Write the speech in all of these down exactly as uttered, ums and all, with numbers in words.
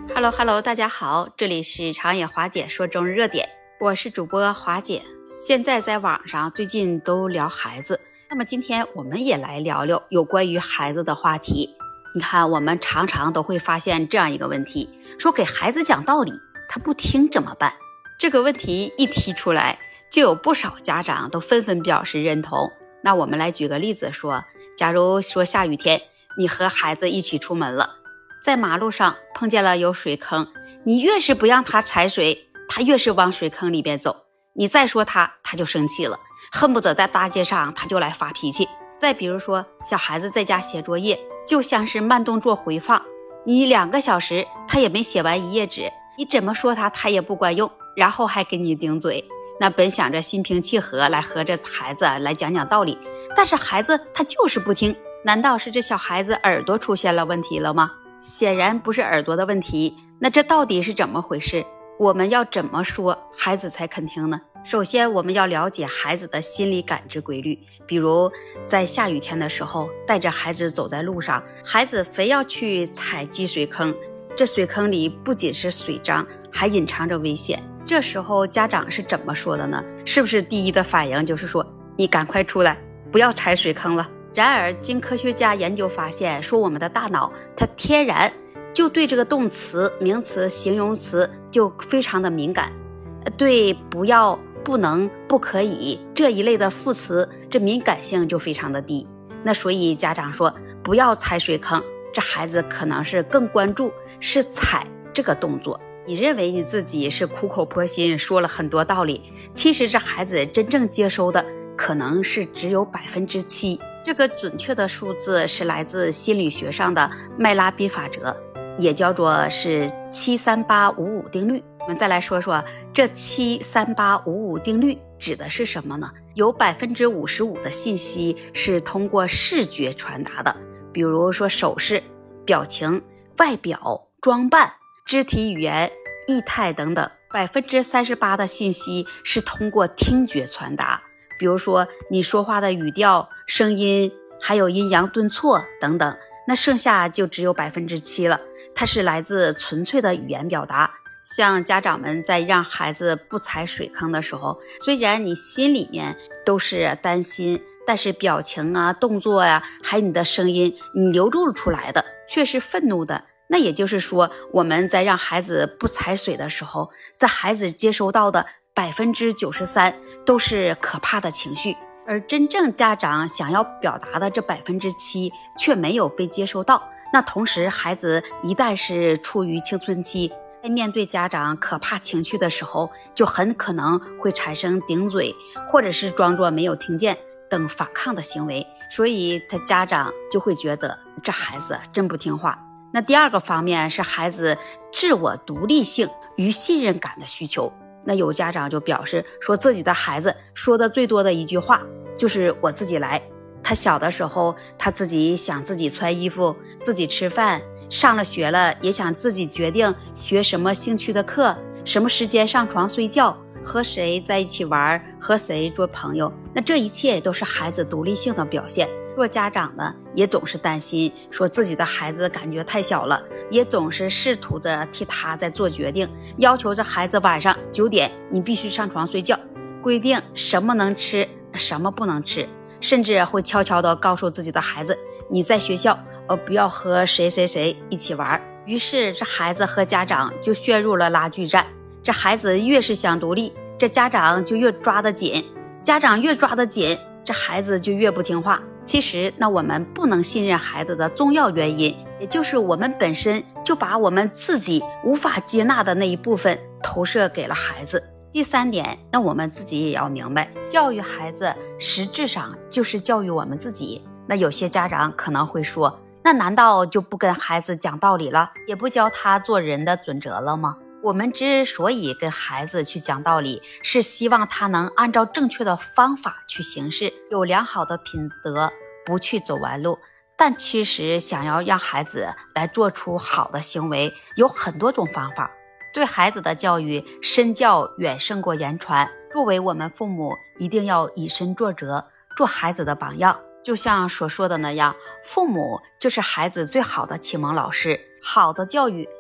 Hello Hello， 大家好，这里是长野华姐说中日热点，我是主播华姐。现在在网上最近都聊孩子，那么今天我们也来聊聊有关于孩子的话题。你看，我们常常都会发现这样一个问题，说给孩子讲道理，他不听怎么办？这个问题一提出来，就有不少家长都纷纷表示认同。那我们来举个例子说，假如说下雨天，你和孩子一起出门了，在马路上碰见了有水坑，你越是不让他踩水，他越是往水坑里边走。你再说他，他就生气了，恨不得在大街上他就来发脾气。再比如说，小孩子在家写作业，就像是慢动作回放，你两个小时他也没写完一页纸，你怎么说他他也不管用，然后还给你顶嘴。那本想着心平气和来和这孩子来讲讲道理，但是孩子他就是不听。难道是这小孩子耳朵出现了问题了吗？显然不是耳朵的问题，那这到底是怎么回事？我们要怎么说孩子才肯听呢？首先我们要了解孩子的心理感知规律，比如在下雨天的时候，带着孩子走在路上，孩子非要去踩积水坑，这水坑里不仅是水脏，还隐藏着危险。这时候家长是怎么说的呢？是不是第一的反应就是说，你赶快出来，不要踩水坑了？然而经科学家研究发现，说我们的大脑它天然就对这个动词、名词、形容词就非常的敏感，对不要、不能、不可以这一类的副词，这敏感性就非常的低。那所以家长说不要踩水坑，这孩子可能是更关注是踩这个动作。你认为你自己是苦口婆心说了很多道理，其实这孩子真正接收的可能是只有百分之七。这个准确的数字是来自心理学上的麦拉宾法则，也叫做是七三八五五定律。我们再来说说这七三八五五定律指的是什么呢？有百分之五十五的信息是通过视觉传达的，比如说手势、表情、外表、装扮、肢体语言、仪态等等。百分之三十八的信息是通过听觉传达，比如说你说话的语调、声音，还有阴阳顿挫等等。那剩下就只有百分之七了，它是来自纯粹的语言表达。像家长们在让孩子不踩水坑的时候，虽然你心里面都是担心，但是表情啊、动作呀、啊，还有你的声音，你流露出来的却是愤怒的。那也就是说，我们在让孩子不踩水的时候，在孩子接收到的百分之九十三都是可怕的情绪，而真正家长想要表达的这百分之七却没有被接收到。那同时，孩子一旦是处于青春期，在面对家长可怕情绪的时候，就很可能会产生顶嘴，或者是装作没有听见等反抗的行为。所以他家长就会觉得这孩子真不听话。那第二个方面是孩子自我独立性与信任感的需求。那有家长就表示说，自己的孩子说的最多的一句话就是我自己来。他小的时候，他自己想自己穿衣服，自己吃饭，上了学了也想自己决定学什么兴趣的课，什么时间上床睡觉，和谁在一起玩，和谁做朋友。那这一切都是孩子独立性的表现。做家长的也总是担心说自己的孩子感觉太小了，也总是试图着替他在做决定，要求这孩子晚上九点你必须上床睡觉，规定什么能吃什么不能吃，甚至会悄悄地告诉自己的孩子，你在学校呃不要和谁谁谁一起玩。于是这孩子和家长就陷入了拉锯战，这孩子越是想独立，这家长就越抓得紧，家长越抓得紧，这孩子就越不听话。其实那我们不能信任孩子的重要原因，也就是我们本身就把我们自己无法接纳的那一部分投射给了孩子。第三点，那我们自己也要明白，教育孩子实质上就是教育我们自己。那有些家长可能会说，那难道就不跟孩子讲道理了，也不教他做人的准则了吗？我们之所以跟孩子去讲道理，是希望他能按照正确的方法去行事，有良好的品德，不去走弯路。但其实想要让孩子来做出好的行为，有很多种方法。对孩子的教育，身教远胜过言传。作为我们父母，一定要以身作则，做孩子的榜样。就像所说的那样，父母就是孩子最好的启蒙老师。好的教育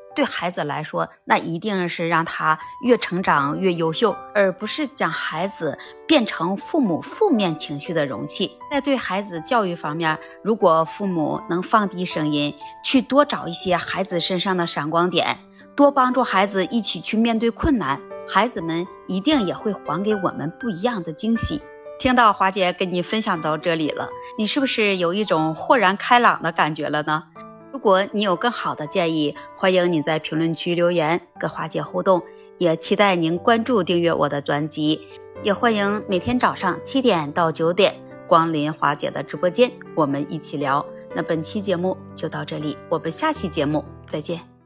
对孩子来说，那一定是让他越成长越优秀，而不是将孩子变成父母负面情绪的容器。在对孩子教育方面，如果父母能放低声音，去多找一些孩子身上的闪光点，多帮助孩子一起去面对困难，孩子们一定也会还给我们不一样的惊喜。听到华姐跟你分享到这里了，你是不是有一种豁然开朗的感觉了呢？如果你有更好的建议，欢迎你在评论区留言跟华姐互动，也期待您关注订阅我的专辑，也欢迎每天早上七点到九点光临华姐的直播间，我们一起聊。那本期节目就到这里，我们下期节目再见。